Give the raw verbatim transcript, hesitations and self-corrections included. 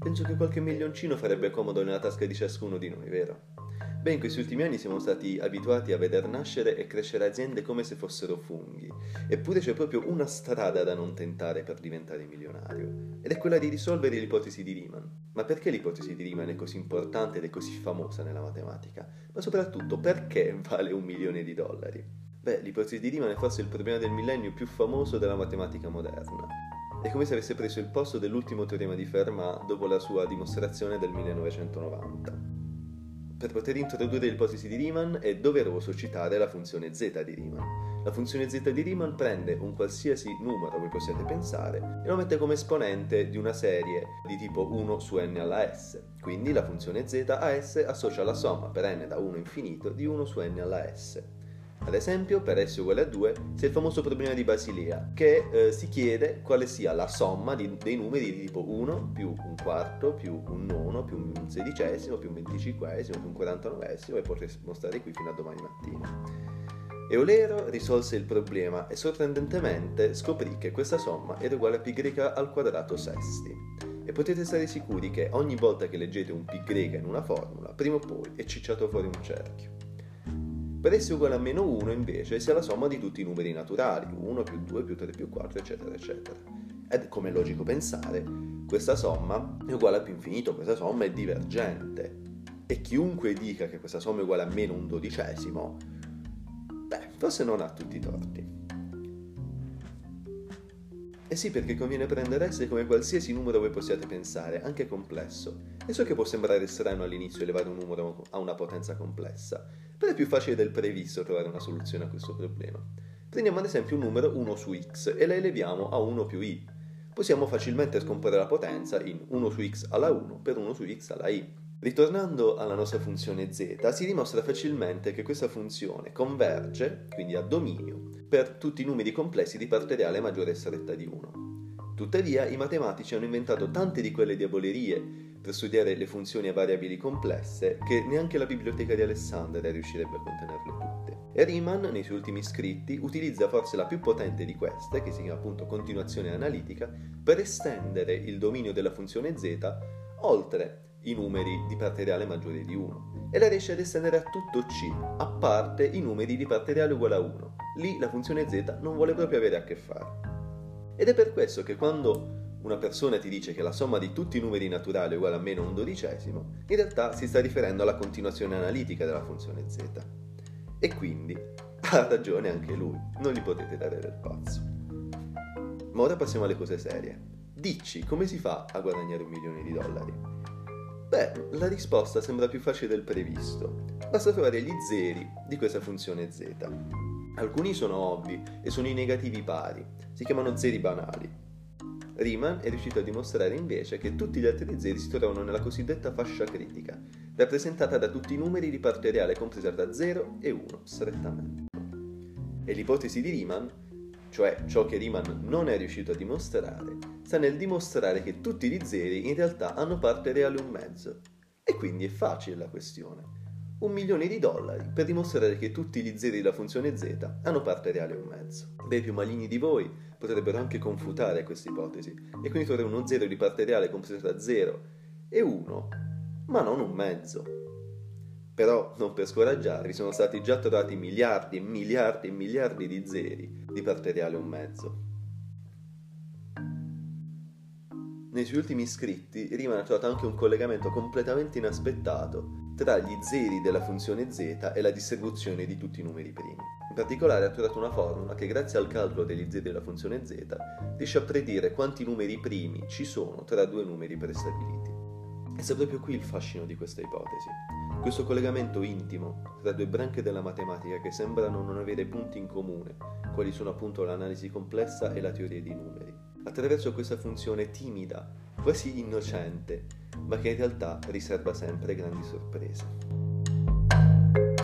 penso che qualche milioncino farebbe comodo nella tasca di ciascuno di noi, vero? Beh, in questi ultimi anni siamo stati abituati a veder nascere e crescere aziende come se fossero funghi, eppure c'è proprio una strada da non tentare per diventare milionario, ed è quella di risolvere l'ipotesi di Riemann. Ma perché l'ipotesi di Riemann è così importante ed è così famosa nella matematica? Ma soprattutto, perché vale un milione di dollari? Beh, l'ipotesi di Riemann è forse il problema del millennio più famoso della matematica moderna. È come se avesse preso il posto dell'ultimo teorema di Fermat dopo la sua dimostrazione del millenovecentonovanta. Per poter introdurre l'ipotesi di Riemann è doveroso citare la funzione z di Riemann. La funzione z di Riemann prende un qualsiasi numero voi possiate pensare e lo mette come esponente di una serie di tipo uno su n alla s. Quindi la funzione z a s associa la somma per n da uno infinito di uno su n alla s. Ad esempio, per s uguale a due c'è il famoso problema di Basilea, che eh, si chiede quale sia la somma di, dei numeri di tipo uno più un quarto più un nono più un sedicesimo più un venticinquesimo più un quarantanovesimo, e potremmo stare qui fino a domani mattina. Eulero risolse il problema e sorprendentemente scoprì che questa somma era uguale a π al quadrato sesti. E potete stare sicuri che ogni volta che leggete un π in una formula, prima o poi è cicciato fuori un cerchio. Per s uguale a meno uno invece sia la somma di tutti i numeri naturali, uno più due più tre più quattro eccetera eccetera. Ed come è logico pensare, questa somma è uguale a più infinito, questa somma è divergente. E chiunque dica che questa somma è uguale a meno un dodicesimo, beh, forse non ha tutti i torti. Eh sì, perché conviene prendere s come qualsiasi numero voi possiate pensare, anche complesso. E so che può sembrare strano all'inizio elevare un numero a una potenza complessa, però è più facile del previsto trovare una soluzione a questo problema. Prendiamo ad esempio un numero uno su x e la eleviamo a uno più i. Possiamo facilmente scomporre la potenza in uno su x alla uno per uno su x alla i. Ritornando alla nostra funzione z, si dimostra facilmente che questa funzione converge, quindi ha dominio, per tutti i numeri complessi di parte reale maggiore e stretta di uno. Tuttavia, i matematici hanno inventato tante di quelle diavolerie per studiare le funzioni a variabili complesse che neanche la biblioteca di Alessandria riuscirebbe a contenerle tutte. E Riemann, nei suoi ultimi scritti, utilizza forse la più potente di queste, che si chiama appunto continuazione analitica, per estendere il dominio della funzione z oltre i numeri di parte reale maggiori di uno, e la riesce ad estendere a tutto C, a parte i numeri di parte reale uguale a uno. Lì la funzione z non vuole proprio avere a che fare. Ed è per questo che quando una persona ti dice che la somma di tutti i numeri naturali è uguale a meno un dodicesimo, in realtà si sta riferendo alla continuazione analitica della funzione z. E quindi ha ragione anche lui, non gli potete dare del pazzo. Ma ora passiamo alle cose serie. Dici, come si fa a guadagnare un milione di dollari? Beh, la risposta sembra più facile del previsto. Basta trovare gli zeri di questa funzione z. Alcuni sono ovvi e sono i negativi pari, si chiamano zeri banali. Riemann è riuscito a dimostrare invece che tutti gli altri zeri si trovano nella cosiddetta fascia critica, rappresentata da tutti i numeri di parte reale compresa da zero e uno strettamente. E l'ipotesi di Riemann, cioè ciò che Riemann non è riuscito a dimostrare, sta nel dimostrare che tutti gli zeri in realtà hanno parte reale un mezzo. E quindi è facile la questione. Un milione di dollari per dimostrare che tutti gli zeri della funzione z hanno parte reale un mezzo. Beh, i più maligni di voi potrebbero anche confutare questa ipotesi e quindi trovare uno zero di parte reale compreso da zero e uno, ma non un mezzo. Però, non per scoraggiarvi, sono stati già trovati miliardi e miliardi e miliardi di zeri di parte reale un mezzo. Nei suoi ultimi scritti, Riemann ha trovato anche un collegamento completamente inaspettato tra gli zeri della funzione z e la distribuzione di tutti i numeri primi. In particolare ha trovato una formula che, grazie al calcolo degli zeri della funzione z, riesce a predire quanti numeri primi ci sono tra due numeri prestabiliti. E sta proprio qui il fascino di questa ipotesi. Questo collegamento intimo tra due branche della matematica che sembrano non avere punti in comune, quali sono appunto l'analisi complessa e la teoria dei numeri, attraverso questa funzione timida, quasi innocente, ma che in realtà riserva sempre grandi sorprese.